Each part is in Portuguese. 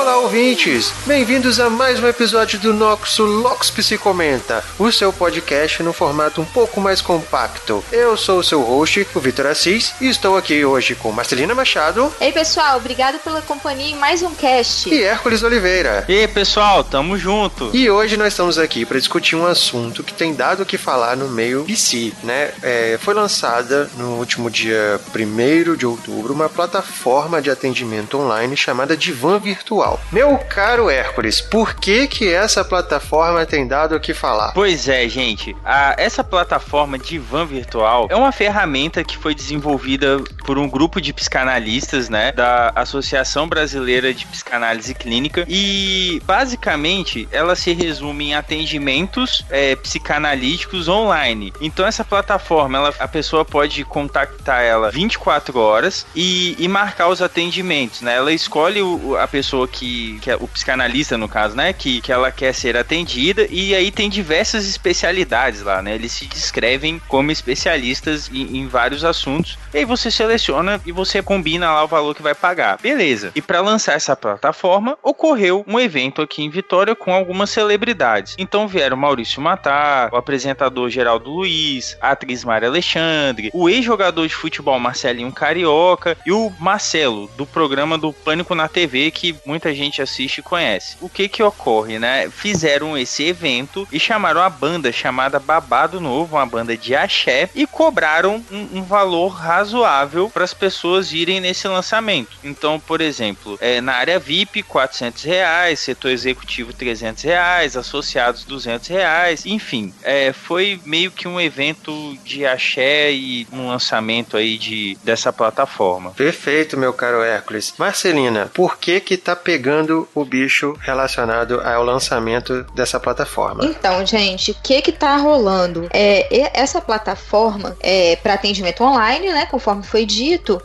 Olá, ouvintes! Bem-vindos a mais um episódio do nosso Locks Psicomenta, o seu podcast no formato um pouco mais compacto. Eu sou o seu host, o Vitor Assis, e estou aqui hoje com Marcelina Machado. Ei, pessoal, obrigado pela companhia em mais um cast. E Hércules Oliveira. E aí, pessoal, tamo junto. E hoje nós estamos aqui para discutir um assunto que tem dado o que falar no meio PC, né? Foi lançada no último dia 1º de outubro uma plataforma de atendimento online chamada Divã Virtual. Meu caro Hércules, por que essa plataforma tem dado o que falar? Pois é, gente. Essa plataforma Divã Virtual é uma ferramenta que foi desenvolvida por um grupo de psicanalistas, né, da Associação Brasileira de Psicanálise Clínica, e basicamente ela se resume em atendimentos psicanalíticos online. Então essa plataforma, a pessoa pode contactar ela 24 horas e marcar os atendimentos, né? Ela escolhe a pessoa que é o psicanalista, no caso, né, que ela quer ser atendida, e aí tem diversas especialidades lá, né? Eles se descrevem como especialistas em vários assuntos, e aí você seleciona e você combina lá o valor que vai pagar. Beleza. E para lançar essa plataforma, ocorreu um evento aqui em Vitória com algumas celebridades. Então vieram Maurício Matar, o apresentador Geraldo Luiz, a atriz Maria Alexandre, o ex-jogador de futebol Marcelinho Carioca e o Marcelo, do programa do Pânico na TV, que muita gente assiste e conhece. O que ocorre, né? Fizeram esse evento e chamaram a banda chamada Babado Novo, uma banda de axé, e cobraram um valor razoável para as pessoas irem nesse lançamento. Então, por exemplo, na área VIP, R$400, setor executivo R$300, associados R$200, enfim, foi meio que um evento de axé e um lançamento aí dessa plataforma. Perfeito, meu caro Hércules. Marcelina, por que tá pegando o bicho relacionado ao lançamento dessa plataforma? Então, gente, o que tá rolando? Essa plataforma para atendimento online, né, conforme foi dito,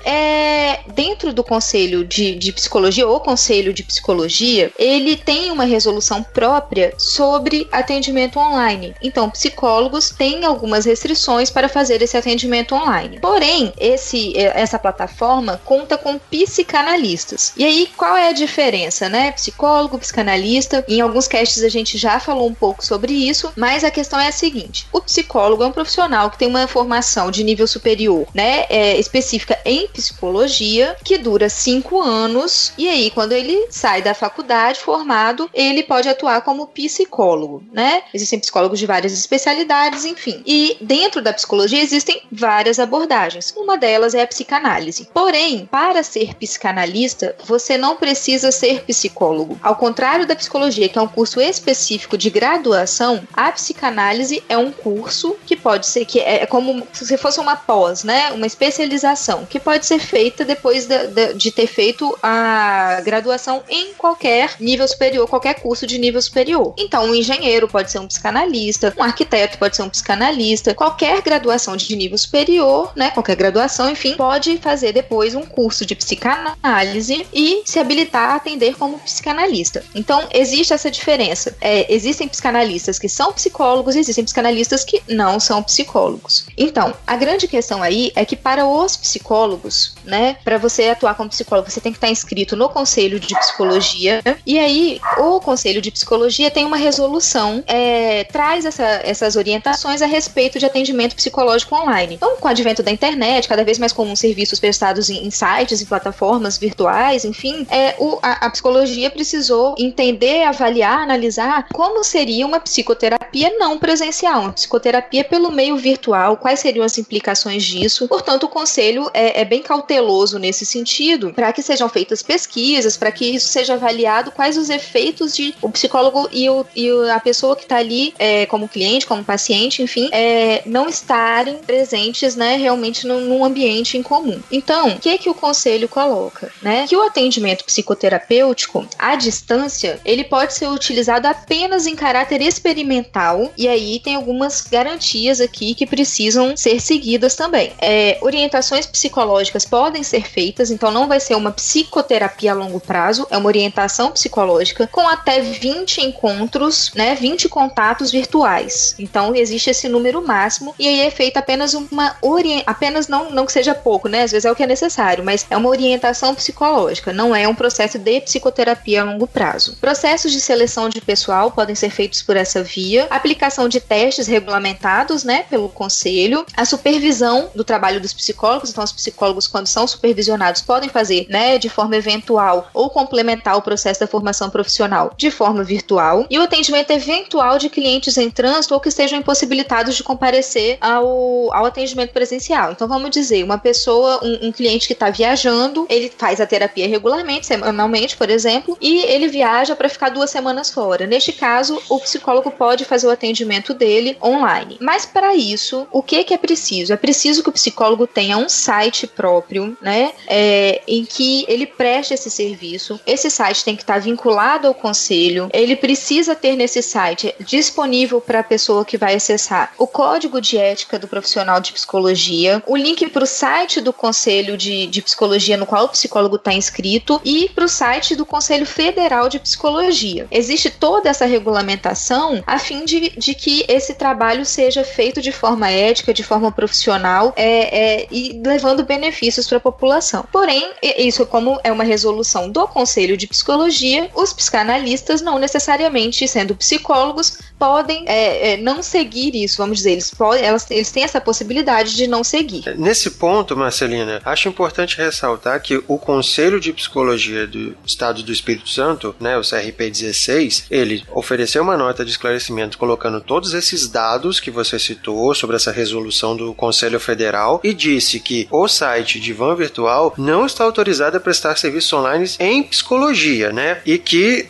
dentro do Conselho de Psicologia ou Conselho de Psicologia, ele tem uma resolução própria sobre atendimento online. Então, psicólogos têm algumas restrições para fazer esse atendimento online. Porém, essa plataforma conta com psicanalistas. E aí, qual é a diferença, né? Psicólogo, psicanalista, em alguns casts a gente já falou um pouco sobre isso, mas a questão é a seguinte: o psicólogo é um profissional que tem uma formação de nível superior, né, específica em psicologia, que dura 5 anos, e aí quando ele sai da faculdade formado, ele pode atuar como psicólogo, né? Existem psicólogos de várias especialidades, enfim. E dentro da psicologia existem várias abordagens. Uma delas é a psicanálise. Porém, para ser psicanalista, você não precisa ser psicólogo. Ao contrário da psicologia, que é um curso específico de graduação, a psicanálise é um curso que pode ser, que é como se fosse uma pós, né? Uma especialização, que pode ser feita depois de ter feito a graduação em qualquer nível superior, qualquer curso de nível superior. Então, um engenheiro pode ser um psicanalista, um arquiteto pode ser um psicanalista, qualquer graduação de nível superior, né? Qualquer graduação, enfim, pode fazer depois um curso de psicanálise e se habilitar a atender como psicanalista. Então, existe essa diferença. Existem psicanalistas que são psicólogos e existem psicanalistas que não são psicólogos. Então, a grande questão aí é que para os psicólogos, né, para você atuar como psicólogo, você tem que estar inscrito no Conselho de Psicologia, e aí o Conselho de Psicologia tem uma resolução, traz essas orientações a respeito de atendimento psicológico online. Então, com o advento da internet, cada vez mais comum serviços prestados em sites, em plataformas virtuais, enfim, a psicologia precisou entender, avaliar, analisar como seria uma psicoterapia não presencial, uma psicoterapia pelo meio virtual, quais seriam as implicações disso. Portanto, o Conselho é bem cauteloso nesse sentido, para que sejam feitas pesquisas, para que isso seja avaliado, quais os efeitos de o psicólogo e a pessoa que está ali como cliente, como paciente, enfim, não estarem presentes, né, realmente num ambiente em comum. Então, o que o Conselho coloca, né? Que o atendimento psicoterapêutico à distância, ele pode ser utilizado apenas em caráter experimental, e aí tem algumas garantias aqui que precisam ser seguidas também. Orientações psicológicas podem ser feitas, então não vai ser uma psicoterapia a longo prazo, é uma orientação psicológica com até 20 encontros, né, 20 contatos virtuais. Então existe esse número máximo, e aí é feita apenas apenas não que seja pouco, né, às vezes é o que é necessário, mas é uma orientação psicológica, não é um processo de psicoterapia a longo prazo. Processos de seleção de pessoal podem ser feitos por essa via, aplicação de testes regulamentados, né, pelo conselho, a supervisão do trabalho dos psicólogos. Então, os psicólogos, quando são supervisionados, podem fazer, né, de forma eventual ou complementar o processo da formação profissional de forma virtual, e o atendimento eventual de clientes em trânsito ou que estejam impossibilitados de comparecer ao atendimento presencial. Então, vamos dizer, uma pessoa, um cliente que está viajando, ele faz a terapia regularmente, semanalmente, por exemplo, e ele viaja para ficar 2 semanas fora. Neste caso, o psicólogo pode fazer o atendimento dele online. Mas para isso, o que é preciso? É preciso que o psicólogo tenha um site próprio, né, em que ele preste esse serviço. Esse site tem que estar vinculado ao conselho. Ele precisa ter nesse site disponível para a pessoa que vai acessar o código de ética do profissional de psicologia, o link para o site do conselho de psicologia no qual o psicólogo está inscrito e para o site do Conselho Federal de Psicologia. Existe toda essa regulamentação a fim de que esse trabalho seja feito de forma ética, de forma profissional e levando benefícios para a população. Porém, isso, como é uma resolução do Conselho de Psicologia, os psicanalistas, não necessariamente sendo psicólogos, podem não seguir isso, vamos dizer, eles têm essa possibilidade de não seguir. Nesse ponto, Marcelina, acho importante ressaltar que o Conselho de Psicologia do Estado do Espírito Santo, né, o CRP-16, ele ofereceu uma nota de esclarecimento colocando todos esses dados que você citou sobre essa resolução do Conselho Federal e disse que o site Divã Virtual não está autorizado a prestar serviços online em psicologia, né, e que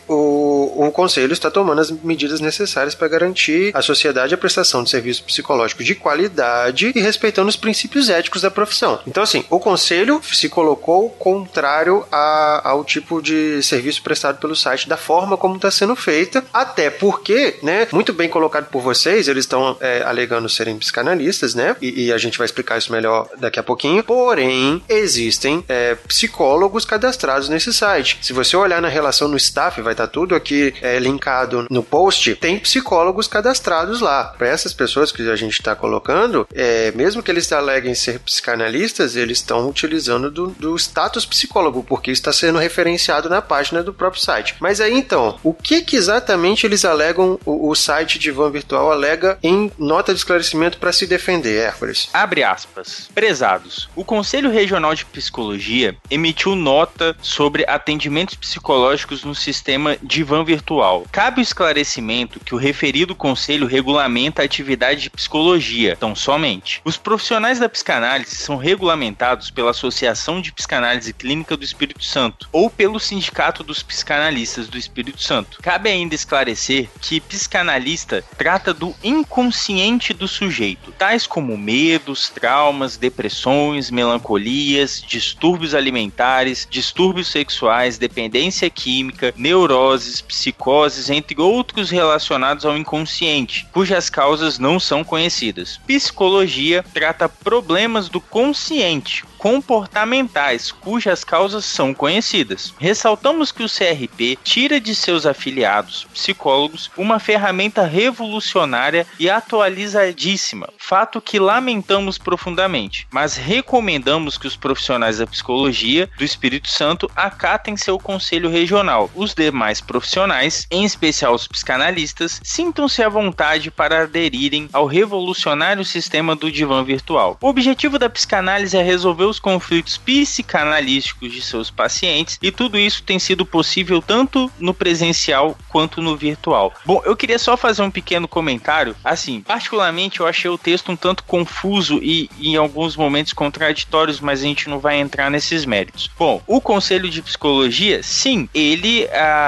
o Conselho está tomando as medidas necessárias para garantir à sociedade a prestação de serviço psicológico de qualidade e respeitando os princípios éticos da profissão. Então, assim, o Conselho se colocou contrário ao tipo de serviço prestado pelo site, da forma como está sendo feita, até porque, né, muito bem colocado por vocês, eles estão alegando serem psicanalistas, né, e a gente vai explicar isso melhor daqui a pouquinho, porém, existem psicólogos cadastrados nesse site. Se você olhar na relação no staff, vai estar tudo aqui linkado no post, tem psicólogos cadastrados lá. Para essas pessoas que a gente está colocando, mesmo que eles aleguem ser psicanalistas, eles estão utilizando do status psicólogo, porque está sendo referenciado na página do próprio site. Mas aí, então, o que exatamente eles alegam, o site Divã Virtual alega em nota de esclarecimento para se defender, Hércules? Abre aspas. Prezados, o Conselho Regional de Psicologia emitiu nota sobre atendimentos psicológicos no sistema Divã Virtual. Cabe o esclarecimento que o referido conselho regulamenta a atividade de psicologia, tão somente. Os profissionais da psicanálise são regulamentados pela Associação de Psicanálise Clínica do Espírito Santo ou pelo Sindicato dos Psicanalistas do Espírito Santo. Cabe ainda esclarecer que psicanalista trata do inconsciente do sujeito, tais como medos, traumas, depressões, melancolias, distúrbios alimentares, distúrbios sexuais, dependência química, neuroses, psicoses, entre outros relacionados ao inconsciente, cujas causas não são conhecidas. Psicologia trata problemas do consciente, comportamentais, cujas causas são conhecidas. Ressaltamos que o CRP tira de seus afiliados, psicólogos, uma ferramenta revolucionária e atualizadíssima, fato que lamentamos profundamente, mas recomendamos que os profissionais da psicologia do Espírito Santo acatem seu conselho regional. Os demais profissionais, em especial os psicanalistas, sintam-se à vontade para aderirem ao revolucionário sistema do Divã Virtual. O objetivo da psicanálise é resolver os conflitos psicanalísticos de seus pacientes, e tudo isso tem sido possível tanto no presencial quanto no virtual. Bom, eu queria só fazer um pequeno comentário. Assim, particularmente eu achei o texto um tanto confuso e em alguns momentos contraditórios, mas a gente não vai entrar nesses méritos. Bom, o Conselho de Psicologia, sim, ele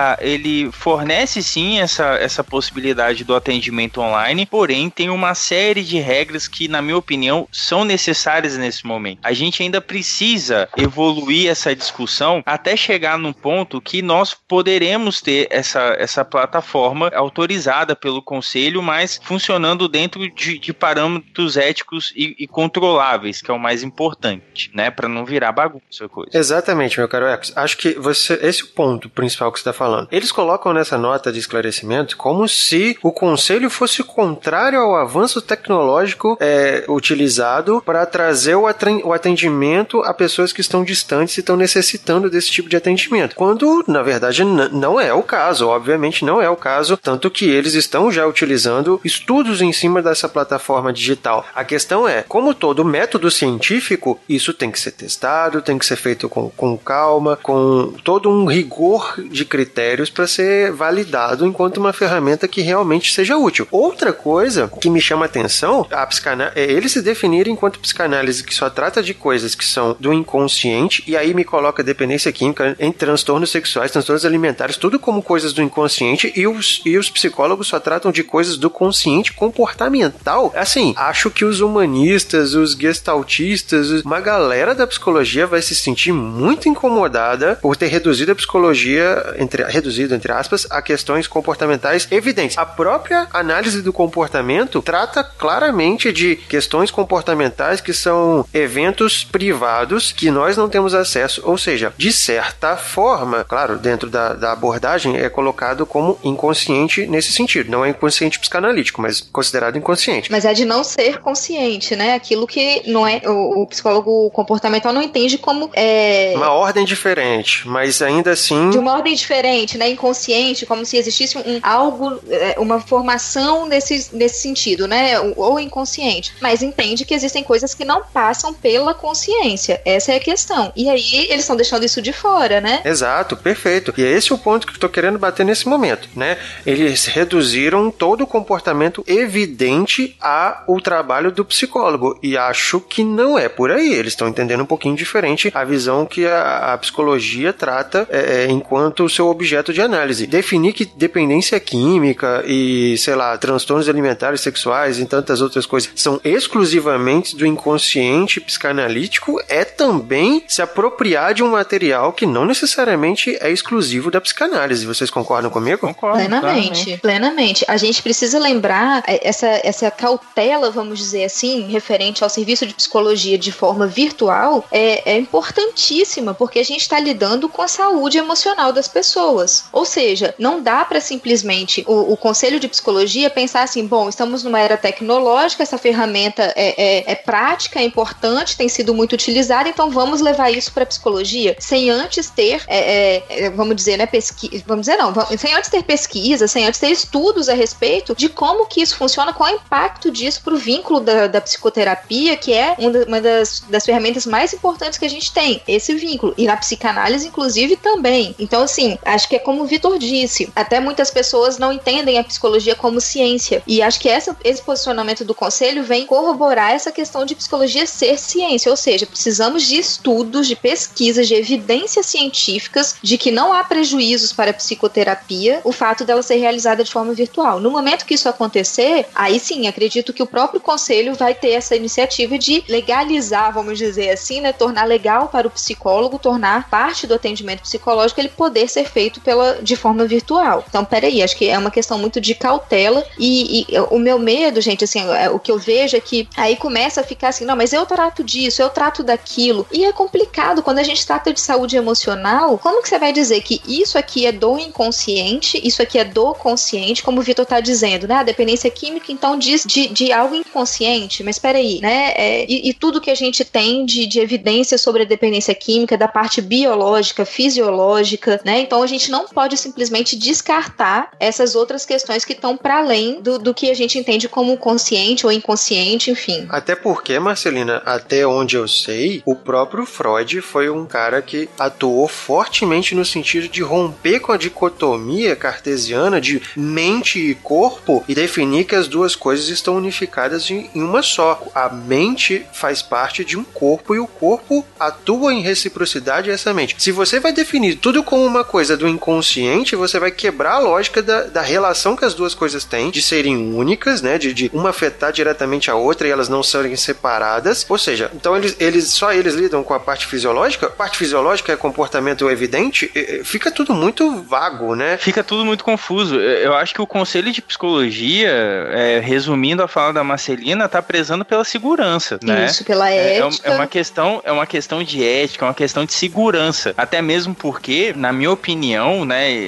fornece sim essa possibilidade do atendimento online, porém tem uma série de regras que, na minha opinião, são necessárias nesse momento. A gente ainda precisa evoluir essa discussão até chegar num ponto que nós poderemos ter essa plataforma autorizada pelo Conselho, mas funcionando dentro de parâmetros éticos e controláveis, que é o mais importante, né? Para não virar bagunça coisa. Exatamente, meu caro Ecos. Acho que esse é o ponto principal que você está falando. Eles colocam nessa nota de esclarecimento como se o Conselho fosse contrário ao avanço tecnológico utilizado para trazer o atendimento atendimento a pessoas que estão distantes e estão necessitando desse tipo de atendimento. Quando, na verdade, não é o caso. Obviamente não é o caso, tanto que eles estão já utilizando estudos em cima dessa plataforma digital. A questão é, como todo método científico, isso tem que ser testado, tem que ser feito com calma, com todo um rigor de critérios para ser validado enquanto uma ferramenta que realmente seja útil. Outra coisa que me chama a atenção é eles se definirem enquanto psicanálise que só trata de coisas que são do inconsciente, e aí me coloca dependência química em transtornos sexuais, transtornos alimentares, tudo como coisas do inconsciente, e os psicólogos só tratam de coisas do consciente comportamental. Assim, acho que os humanistas, os gestaltistas, uma galera da psicologia vai se sentir muito incomodada por ter reduzido a psicologia, reduzido entre aspas, a questões comportamentais evidentes. A própria análise do comportamento trata claramente de questões comportamentais que são eventos privados que nós não temos acesso, ou seja, de certa forma, claro, dentro da abordagem é colocado como inconsciente nesse sentido, não é inconsciente psicanalítico, mas considerado inconsciente. Mas é de não ser consciente, né? Aquilo que não é, o psicólogo comportamental não entende como uma ordem diferente, mas ainda assim... De uma ordem diferente, né? Inconsciente, como se existisse algo, uma formação nesse sentido, né? Ou inconsciente. Mas entende que existem coisas que não passam pela consciência. Essa é a questão. E aí, eles estão deixando isso de fora, né? Exato, perfeito. E é esse o ponto que eu tô querendo bater nesse momento, né? Eles reduziram todo o comportamento evidente ao trabalho do psicólogo. E acho que não é por aí. Eles estão entendendo um pouquinho diferente a visão que a psicologia trata enquanto seu objeto de análise. Definir que dependência química e, sei lá, transtornos alimentares, sexuais e tantas outras coisas são exclusivamente do inconsciente psicanalítico é também se apropriar de um material que não necessariamente é exclusivo da psicanálise. Vocês concordam comigo? Concordo. Plenamente. A gente precisa lembrar essa cautela, vamos dizer assim, referente ao serviço de psicologia de forma virtual, é importantíssima, porque a gente está lidando com a saúde emocional das pessoas. Ou seja, não dá para simplesmente o conselho de psicologia pensar assim, bom, estamos numa era tecnológica, essa ferramenta é prática, é importante, tem sido muito utilizada, então vamos levar isso para a psicologia, sem antes ter, vamos dizer, né, sem antes ter pesquisa, sem antes ter estudos a respeito de como que isso funciona, qual é o impacto disso para o vínculo da psicoterapia, que é uma das ferramentas mais importantes que a gente tem, esse vínculo, e na psicanálise, inclusive, também. Então, assim, acho que é como o Vitor disse, até muitas pessoas não entendem a psicologia como ciência, e acho que esse posicionamento do conselho vem corroborar essa questão de psicologia ser ciência, ou seja, precisamos de estudos, de pesquisas, de evidências científicas de que não há prejuízos para a psicoterapia o fato dela ser realizada de forma virtual. No momento que isso acontecer, aí sim, acredito que o próprio conselho vai ter essa iniciativa de legalizar, vamos dizer assim, né, tornar legal para o psicólogo, tornar parte do atendimento psicológico ele poder ser feito de forma virtual. Então, peraí, acho que é uma questão muito de cautela e o meu medo, gente, assim, o que eu vejo é que aí começa a ficar assim, não, mas eu trato disso, eu trato daquilo, e é complicado quando a gente trata de saúde emocional. Como que você vai dizer que isso aqui é do inconsciente, isso aqui é do consciente, como o Vitor tá dizendo, né, a dependência química então diz de algo inconsciente, mas peraí, né, e tudo que a gente tem de evidência sobre a dependência química, da parte biológica, fisiológica, né, então a gente não pode simplesmente descartar essas outras questões que estão para além do que a gente entende como consciente ou inconsciente, enfim. Até porque, Marcelina, até onde eu sei, o próprio Freud foi um cara que atuou fortemente no sentido de romper com a dicotomia cartesiana de mente e corpo e definir que as duas coisas estão unificadas em uma só. A mente faz parte de um corpo e o corpo atua em reciprocidade a essa mente. Se você vai definir tudo como uma coisa do inconsciente, você vai quebrar a lógica da relação que as duas coisas têm, de serem únicas, né, de uma afetar diretamente a outra e elas não serem separadas. Ou seja, então eles lidam com a parte fisiológica. A parte fisiológica é comportamento evidente. Fica tudo muito vago, né? Fica tudo muito confuso. Eu acho que o conselho de psicologia, resumindo a fala da Marcelina, tá prezando pela segurança, né? Isso, pela ética. É uma questão de ética, é uma questão de segurança. Até mesmo porque, na minha opinião,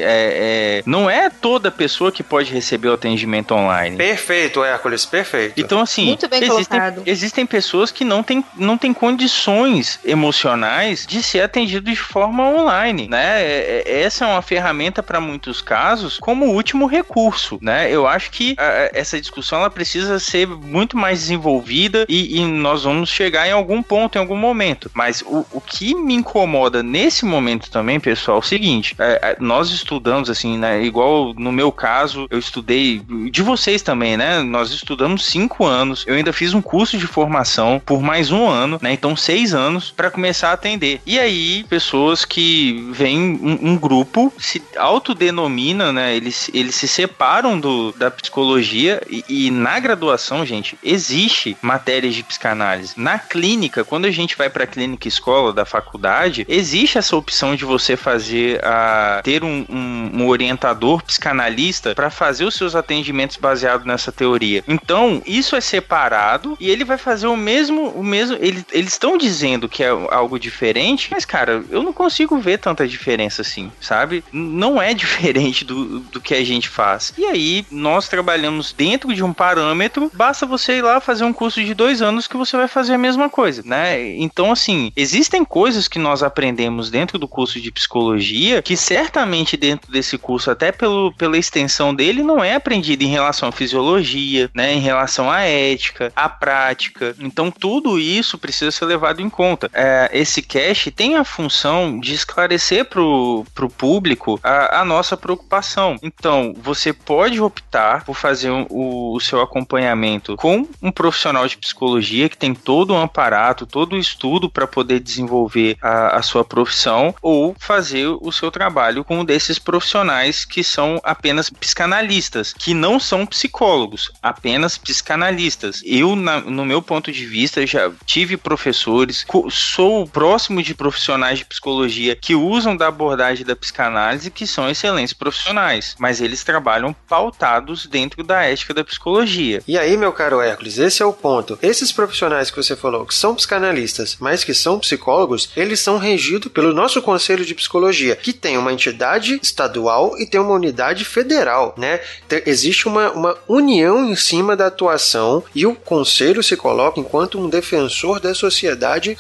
né, não é toda pessoa que pode receber o atendimento online. Perfeito, Hércules, perfeito. Então, assim, muito bem colocado. Existem pessoas que não tem condições emocionais de ser atendido de forma online, né? Essa é uma ferramenta para muitos casos como último recurso, né? Eu acho que essa discussão ela precisa ser muito mais desenvolvida e nós vamos chegar em algum ponto, em algum momento. Mas o que me incomoda nesse momento também, pessoal, é o seguinte, nós estudamos assim, né? Igual no meu caso, eu estudei, de vocês também, né? Nós estudamos 5 anos, eu ainda fiz um curso de formação por mais 1 ano, né? Então 6 anos para começar a atender. E aí, pessoas que vêm um grupo, se autodenomina, né? Eles se separam da psicologia e na graduação, gente, existe matérias de psicanálise. Na clínica, quando a gente vai para a clínica escola da faculdade, existe essa opção de você ter um orientador psicanalista para fazer os seus atendimentos baseados nessa teoria. Então, isso é separado e ele vai fazer o mesmo. Eles estão dizendo que é algo diferente, mas, cara, eu não consigo ver tanta diferença assim, sabe? Não é diferente do que a gente faz. E aí, nós trabalhamos dentro de um parâmetro, basta você ir lá fazer um curso de 2 anos que você vai fazer a mesma coisa, né? Então, assim, existem coisas que nós aprendemos dentro do curso de psicologia que certamente dentro desse curso, até pela extensão dele, não é aprendido em relação à fisiologia, né? Em relação à ética, à prática. Então, tudo isso precisa ser levado em conta. Esse cast tem a função de esclarecer pro público a nossa preocupação. Então, você pode optar por fazer o seu acompanhamento com um profissional de psicologia que tem todo um aparato, todo o estudo para poder desenvolver a sua profissão, ou fazer o seu trabalho com um desses profissionais que são apenas psicanalistas, que não são psicólogos, apenas psicanalistas. Eu, no meu ponto de vista, já tive professores, sou próximo de profissionais de psicologia que usam da abordagem da psicanálise, que são excelentes profissionais, mas eles trabalham pautados dentro da ética da psicologia. E aí, meu caro Hércules, esse é o ponto. Esses profissionais que você falou, que são psicanalistas, mas que são psicólogos, eles são regidos pelo nosso Conselho de Psicologia, que tem uma entidade estadual e tem uma unidade federal, né? Existe uma união em cima da atuação e o Conselho se coloca enquanto um defensor da sociedade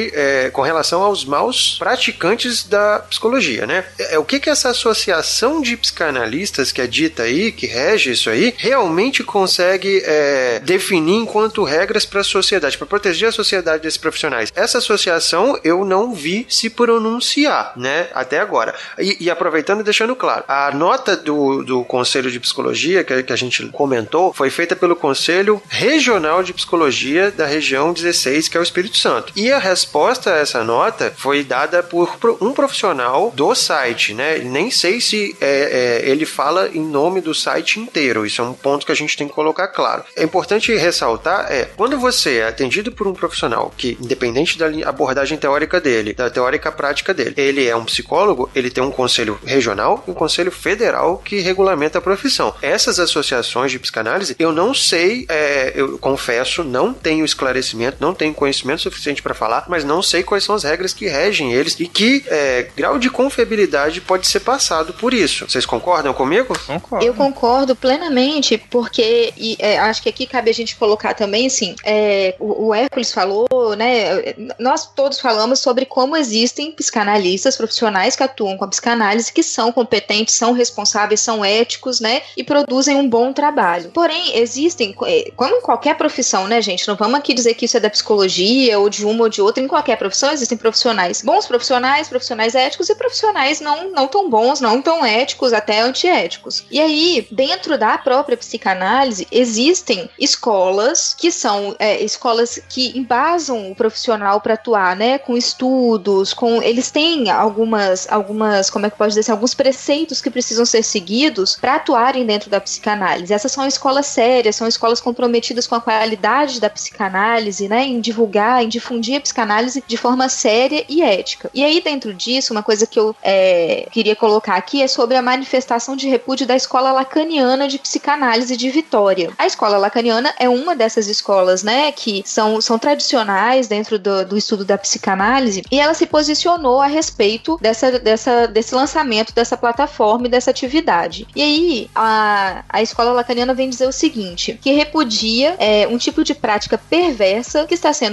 com relação aos maus praticantes da psicologia, né? O que essa associação de psicanalistas que é dita aí, que rege isso aí, realmente consegue definir enquanto regras para a sociedade, para proteger a sociedade desses profissionais? Essa associação eu não vi se pronunciar, né? Até agora. E aproveitando e deixando claro, a nota do Conselho de Psicologia que a gente comentou foi feita pelo Conselho Regional de Psicologia da região 16, que é o Espírito Santo. E a resposta a essa nota foi dada por um profissional do site, né? Nem sei se ele fala em nome do site inteiro. Isso é um ponto que a gente tem que colocar claro. É importante ressaltar, quando você é atendido por um profissional que, independente da abordagem teórica dele, da teórica prática dele, ele é um psicólogo, ele tem um conselho regional e um conselho federal que regulamenta a profissão. Essas associações de psicanálise, eu não sei, eu confesso, não tenho esclarecimento, não tenho conhecimento suficiente para falar, mas não sei quais são as regras que regem eles e que grau de confiabilidade pode ser passado por isso. Vocês concordam comigo? Concordo. Eu concordo plenamente, porque acho que aqui cabe a gente colocar também, assim, o Hércules falou, né, nós todos falamos sobre como existem psicanalistas profissionais que atuam com a psicanálise, que são competentes, são responsáveis, são éticos, né, e produzem um bom trabalho. Porém, existem, como em qualquer profissão, né, gente, não vamos aqui dizer que isso é da psicologia ou de uma ou de outra, em qualquer profissão existem profissionais bons, profissionais éticos e profissionais não tão bons, não tão éticos, até antiéticos. E aí, dentro da própria psicanálise, existem escolas que são escolas que embasam o profissional para atuar, né, com estudos, eles têm algumas, como é que pode dizer assim, alguns preceitos que precisam ser seguidos para atuarem dentro da psicanálise. Essas são escolas sérias, são escolas comprometidas com a qualidade da psicanálise, né, em divulgar, em difundir a psicanálise de forma séria e ética. E aí, dentro disso, uma coisa que eu queria colocar aqui é sobre a manifestação de repúdio da Escola Lacaniana de Psicanálise de Vitória. A Escola Lacaniana é uma dessas escolas, né, que são tradicionais dentro do estudo da psicanálise, e ela se posicionou a respeito desse lançamento dessa plataforma e dessa atividade. E aí, a Escola Lacaniana vem dizer o seguinte, que repudia um tipo de prática perversa que está sendo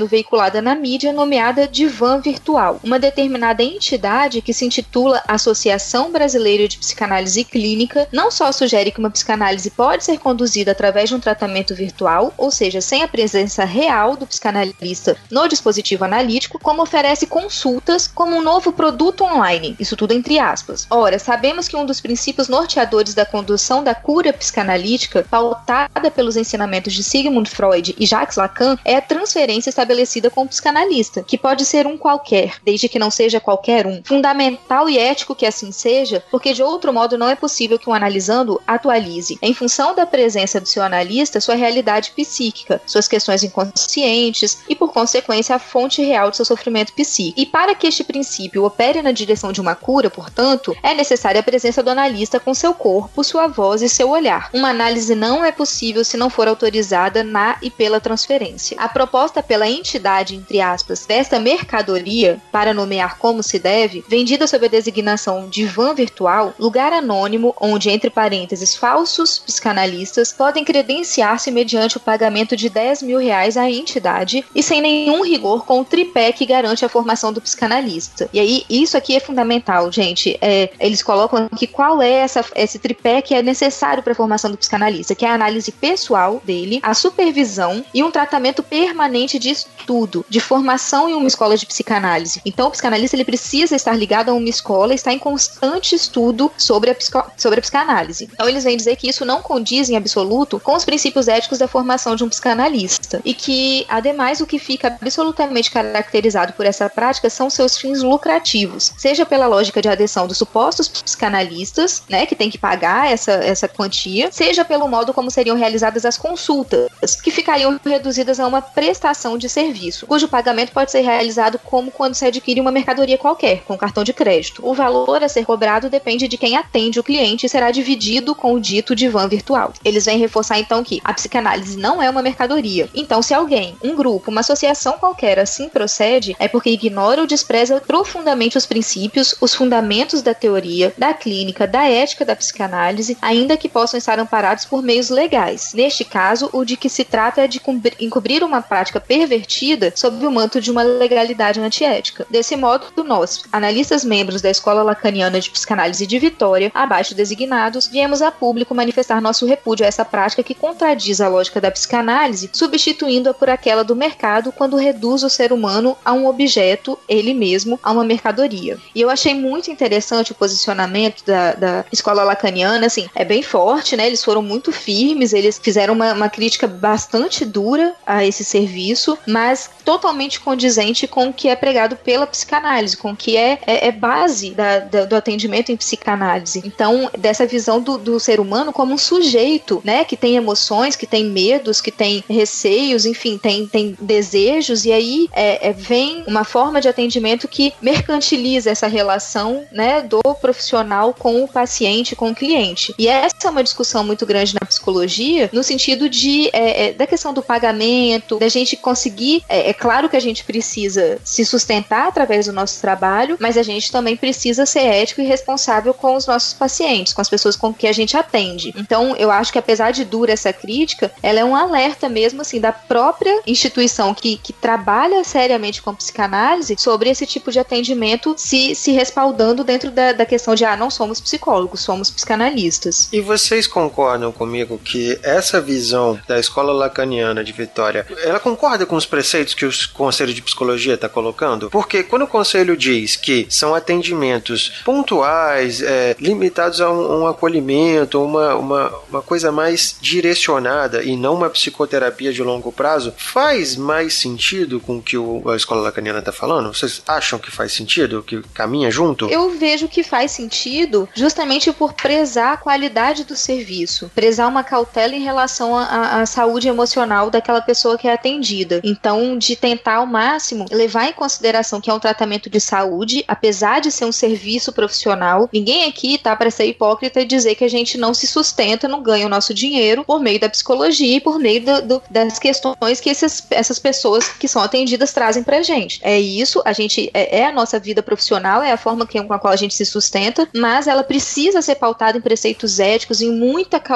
veiculada na mídia nomeada Divã Virtual. Uma determinada entidade que se intitula Associação Brasileira de Psicanálise Clínica não só sugere que uma psicanálise pode ser conduzida através de um tratamento virtual, ou seja, sem a presença real do psicanalista no dispositivo analítico, como oferece consultas como um novo produto online. Isso tudo entre aspas. Ora, sabemos que um dos princípios norteadores da condução da cura psicanalítica, pautada pelos ensinamentos de Sigmund Freud e Jacques Lacan, é a transferência estabelecida com o psicanalista, que pode ser um qualquer, desde que não seja qualquer um. Fundamental e ético que assim seja, porque de outro modo não é possível que um analisando atualize, em função da presença do seu analista, sua realidade psíquica, suas questões inconscientes e, por consequência, a fonte real do seu sofrimento psíquico. E para que este princípio opere na direção de uma cura, portanto, é necessária a presença do analista com seu corpo, sua voz e seu olhar. Uma análise não é possível se não for autorizada na e pela transferência. A proposta pela entidade, entre aspas, desta mercadoria, para nomear como se deve, vendida sob a designação Divã Virtual, lugar anônimo onde, entre parênteses, falsos psicanalistas podem credenciar-se mediante o pagamento de R$10.000 à entidade e sem nenhum rigor com o tripé que garante a formação do psicanalista. E aí, isso aqui é fundamental, gente. Eles colocam aqui qual é esse tripé que é necessário para a formação do psicanalista, que é a análise pessoal dele, a supervisão e um tratamento permanente de estudo, de formação em uma escola de psicanálise. Então, o psicanalista ele precisa estar ligado a uma escola e estar em constante estudo sobre a psicanálise. Então, eles vêm dizer que isso não condiz em absoluto com os princípios éticos da formação de um psicanalista e que, ademais, o que fica absolutamente caracterizado por essa prática são seus fins lucrativos, seja pela lógica de adesão dos supostos psicanalistas, né, que tem que pagar essa quantia, seja pelo modo como seriam realizadas as consultas, que ficariam reduzidas a uma prestação de serviço, cujo pagamento pode ser realizado como quando se adquire uma mercadoria qualquer, com cartão de crédito. O valor a ser cobrado depende de quem atende o cliente e será dividido com o dito divã virtual. Eles vêm reforçar então que a psicanálise não é uma mercadoria. Então, se alguém, um grupo, uma associação qualquer assim procede, é porque ignora ou despreza profundamente os princípios, os fundamentos da teoria, da clínica, da ética da psicanálise, ainda que possam estar amparados por meios legais. Neste caso, o de que se trata é de encobrir uma prática pervertida sob o manto de uma legalidade antiética. Desse modo, nós, analistas membros da Escola Lacaniana de Psicanálise de Vitória, abaixo designados, viemos a público manifestar nosso repúdio a essa prática que contradiz a lógica da psicanálise, substituindo-a por aquela do mercado quando reduz o ser humano a um objeto, ele mesmo, a uma mercadoria. E eu achei muito interessante o posicionamento da Escola Lacaniana, assim, é bem forte, né? Eles foram muito firmes, eles fizeram uma crítica bastante dura a esse serviço, mas totalmente condizente com o que é pregado pela psicanálise, com o que é base do atendimento em psicanálise. Então, dessa visão do ser humano como um sujeito, né? Que tem emoções, que tem medos, que tem receios, enfim, tem desejos, e aí vem uma forma de atendimento que mercantiliza essa relação, né, do profissional com o paciente, com o cliente. E essa é uma discussão muito grande na psicologia, no sentido da questão do pagamento, da gente conseguir, é claro que a gente precisa se sustentar através do nosso trabalho, mas a gente também precisa ser ético e responsável com os nossos pacientes, com as pessoas com que a gente atende. Então, eu acho que apesar de dura essa crítica, ela é um alerta mesmo, assim, da própria instituição que trabalha seriamente com psicanálise sobre esse tipo de atendimento se respaldando dentro da questão de, não somos psicólogos, somos psicanalistas. E vocês concordam comigo que essa visão da Escola Lacaniana de Vitória, ela concorda com os preceitos que o Conselho de Psicologia está colocando? Porque quando o Conselho diz que são atendimentos pontuais, limitados a um acolhimento, uma coisa mais direcionada e não uma psicoterapia de longo prazo, faz mais sentido com o que a Escola Lacaniana está falando? Vocês acham que faz sentido? Que caminha junto? Eu vejo que faz sentido justamente por prezar a qualidade do serviço, prezar uma cautela em relação à saúde emocional daquela pessoa que é atendida. Então, de tentar ao máximo levar em consideração que é um tratamento de saúde, apesar de ser um serviço profissional. Ninguém aqui tá para ser hipócrita e dizer que a gente não se sustenta, não ganha o nosso dinheiro por meio da psicologia e por meio das questões que essas pessoas que são atendidas trazem pra gente. É isso, a gente é a nossa vida profissional, é a forma com a qual a gente se sustenta, mas ela precisa ser pautada em preceitos éticos, em muita cautela,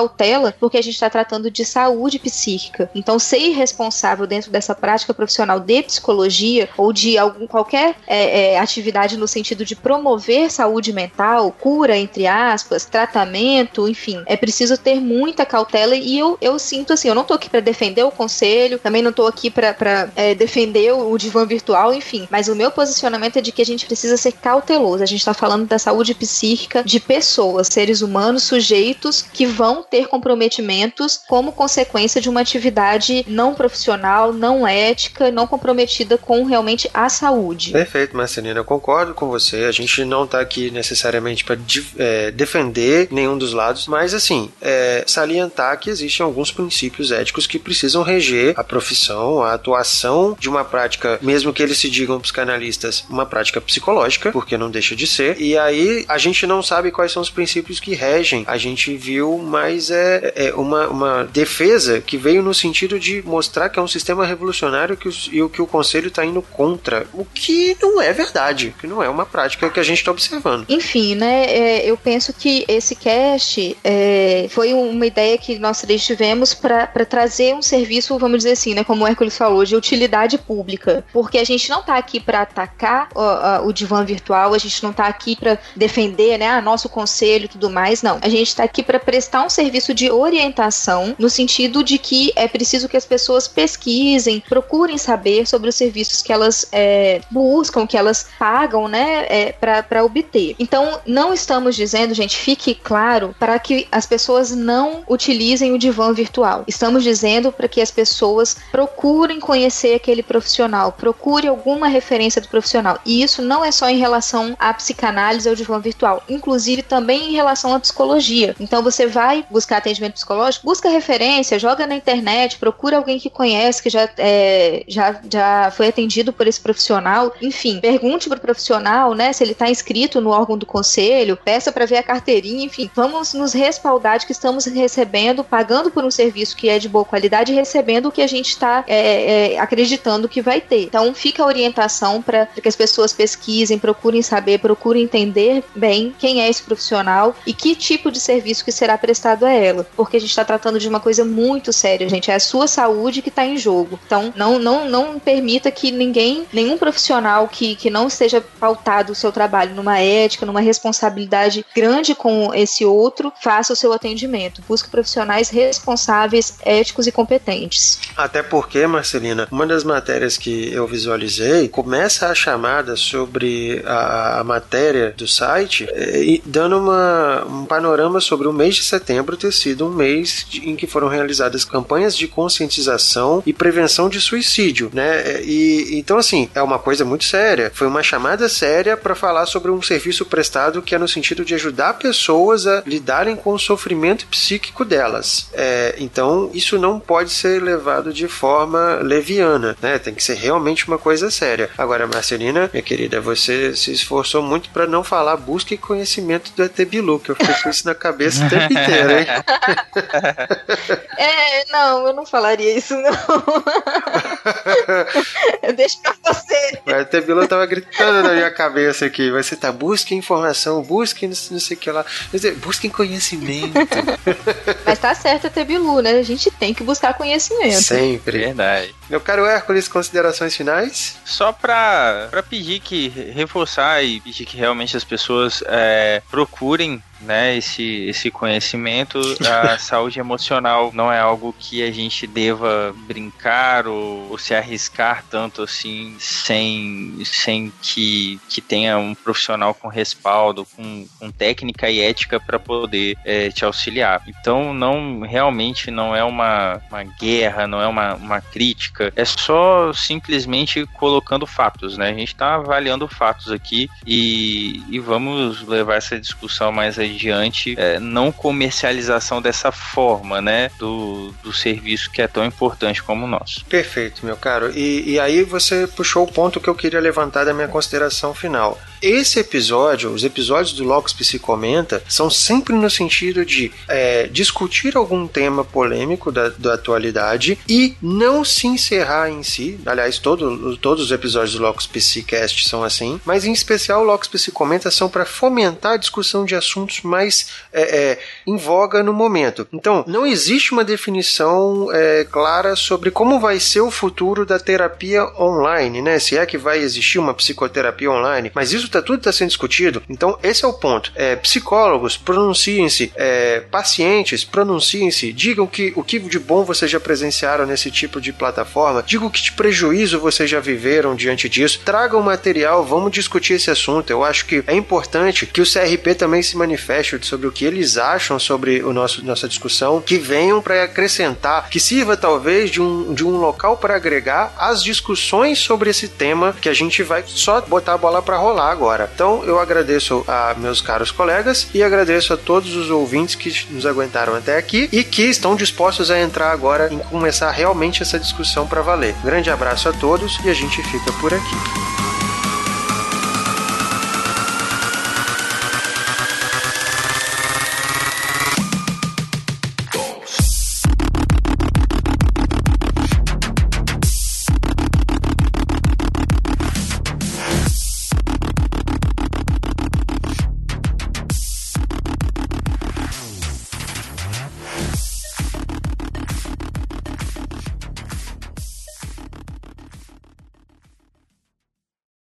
cautela, porque a gente está tratando de saúde psíquica. Então, ser irresponsável dentro dessa prática profissional de psicologia ou de qualquer atividade no sentido de promover saúde mental, cura, entre aspas, tratamento, enfim, é preciso ter muita cautela. E eu sinto assim, eu não tô aqui para defender o conselho, também não tô aqui para defender o divã virtual, enfim, mas o meu posicionamento é de que a gente precisa ser cauteloso. A gente tá falando da saúde psíquica de pessoas, seres humanos, sujeitos que vão ter comprometimentos como consequência de uma atividade não profissional, não ética, não comprometida com realmente a saúde. Perfeito, Marcelina, eu concordo com você. A gente não tá aqui necessariamente para defender nenhum dos lados, mas assim, salientar que existem alguns princípios éticos que precisam reger a profissão, a atuação de uma prática, mesmo que eles se digam psicanalistas, uma prática psicológica, porque não deixa de ser. E aí a gente não sabe quais são os princípios que regem. A gente viu, mas uma defesa que veio no sentido de mostrar que é um sistema revolucionário e que o conselho está indo contra, o que não é verdade, que não é uma prática que a gente está observando. Enfim, né, eu penso que esse cast foi uma ideia que nós três tivemos para trazer um serviço, vamos dizer assim, né, como o Hércules falou, de utilidade pública, porque a gente não está aqui para atacar o divã virtual, a gente não está aqui para defender, né, nosso conselho e tudo mais, não. A gente está aqui para prestar um serviço de orientação, no sentido de que é preciso que as pessoas pesquisem, procurem saber sobre os serviços que elas buscam, que elas pagam, né, para obter. Então, não estamos dizendo, gente, fique claro, para que as pessoas não utilizem o divã virtual. Estamos dizendo para que as pessoas procurem conhecer aquele profissional, procure alguma referência do profissional. E isso não é só em relação à psicanálise ou divã virtual, inclusive também em relação à psicologia. Então, você vai buscar atendimento psicológico, busca referência, joga na internet, procura alguém que conhece, que já foi atendido por esse profissional. Enfim, pergunte pro profissional, né, se ele está inscrito no órgão do conselho, peça para ver a carteirinha, enfim, vamos nos respaldar de que estamos recebendo, pagando por um serviço que é de boa qualidade e recebendo o que a gente está acreditando que vai ter. Então, fica a orientação para que as pessoas pesquisem, procurem saber, procurem entender bem quem é esse profissional e que tipo de serviço que será prestado a ela, porque a gente está tratando de uma coisa muito séria, gente, é a sua saúde que está em jogo. Então, não permita que nenhum profissional que não esteja pautado o seu trabalho numa ética, numa responsabilidade grande com esse outro, faça o seu atendimento. Busque profissionais responsáveis, éticos e competentes. Até porque, Marcelina, uma das matérias que eu visualizei começa a chamada sobre a matéria do site dando um panorama sobre o mês de setembro ter sido um mês em que foram realizadas campanhas de conscientização e prevenção de suicídio, né? Então, assim, é uma coisa muito séria. Foi uma chamada séria para falar sobre um serviço prestado que é no sentido de ajudar pessoas a lidarem com o sofrimento psíquico delas. Então, isso não pode ser levado de forma leviana, né? Tem que ser realmente uma coisa séria. Agora, Marcelina, minha querida, você se esforçou muito para não falar busca e conhecimento do ET Bilu, que eu fiquei com isso na cabeça o tempo inteiro, hein? Não, eu não falaria isso, não. Eu deixo pra você. O ET Bilu tava gritando na minha cabeça aqui. Você tá, busque informação, busque não sei o que lá. Busque conhecimento. Mas tá certo, ET Bilu, né? A gente tem que buscar conhecimento. Sempre. Verdade. Meu caro Hércules, considerações finais? Só pra pedir reforçar e pedir que realmente as pessoas procurem, né, esse conhecimento. A saúde emocional não é algo que a gente deva brincar ou se arriscar tanto assim sem que tenha um profissional com respaldo, com técnica e ética para poder te auxiliar. Então realmente não é uma guerra, não é uma crítica, é só simplesmente colocando fatos, né? A gente está avaliando fatos aqui e vamos levar essa discussão mais adiante, não comercialização dessa forma, né, do serviço que é tão importante como o nosso. Perfeito, meu caro. E aí você puxou o ponto que eu queria levantar da minha consideração final. esse episódio, os episódios do Locus Psicomenta, são sempre no sentido de discutir algum tema polêmico da atualidade e não se encerrar em si. Aliás, todos os episódios do Locus Psicast são assim, mas em especial o Locus Psicomenta são para fomentar a discussão de assuntos mais em voga no momento. Então, não existe uma definição clara sobre como vai ser o futuro da terapia online, né? Se é que vai existir uma psicoterapia online, mas isso tudo está sendo discutido. Então, esse é o ponto. Psicólogos, pronunciem-se. Pacientes, pronunciem-se. Digam o que de bom vocês já presenciaram nesse tipo de plataforma. Digam que de prejuízo vocês já viveram diante disso. Tragam material, vamos discutir esse assunto. Eu acho que é importante que o CRP também se manifeste sobre o que eles acham sobre nossa discussão, que venham para acrescentar, que sirva talvez de um local para agregar as discussões sobre esse tema que a gente vai só botar a bola para rolar agora. Então eu agradeço a meus caros colegas e agradeço a todos os ouvintes que nos aguentaram até aqui e que estão dispostos a entrar agora e começar realmente essa discussão para valer. Grande abraço a todos e a gente fica por aqui.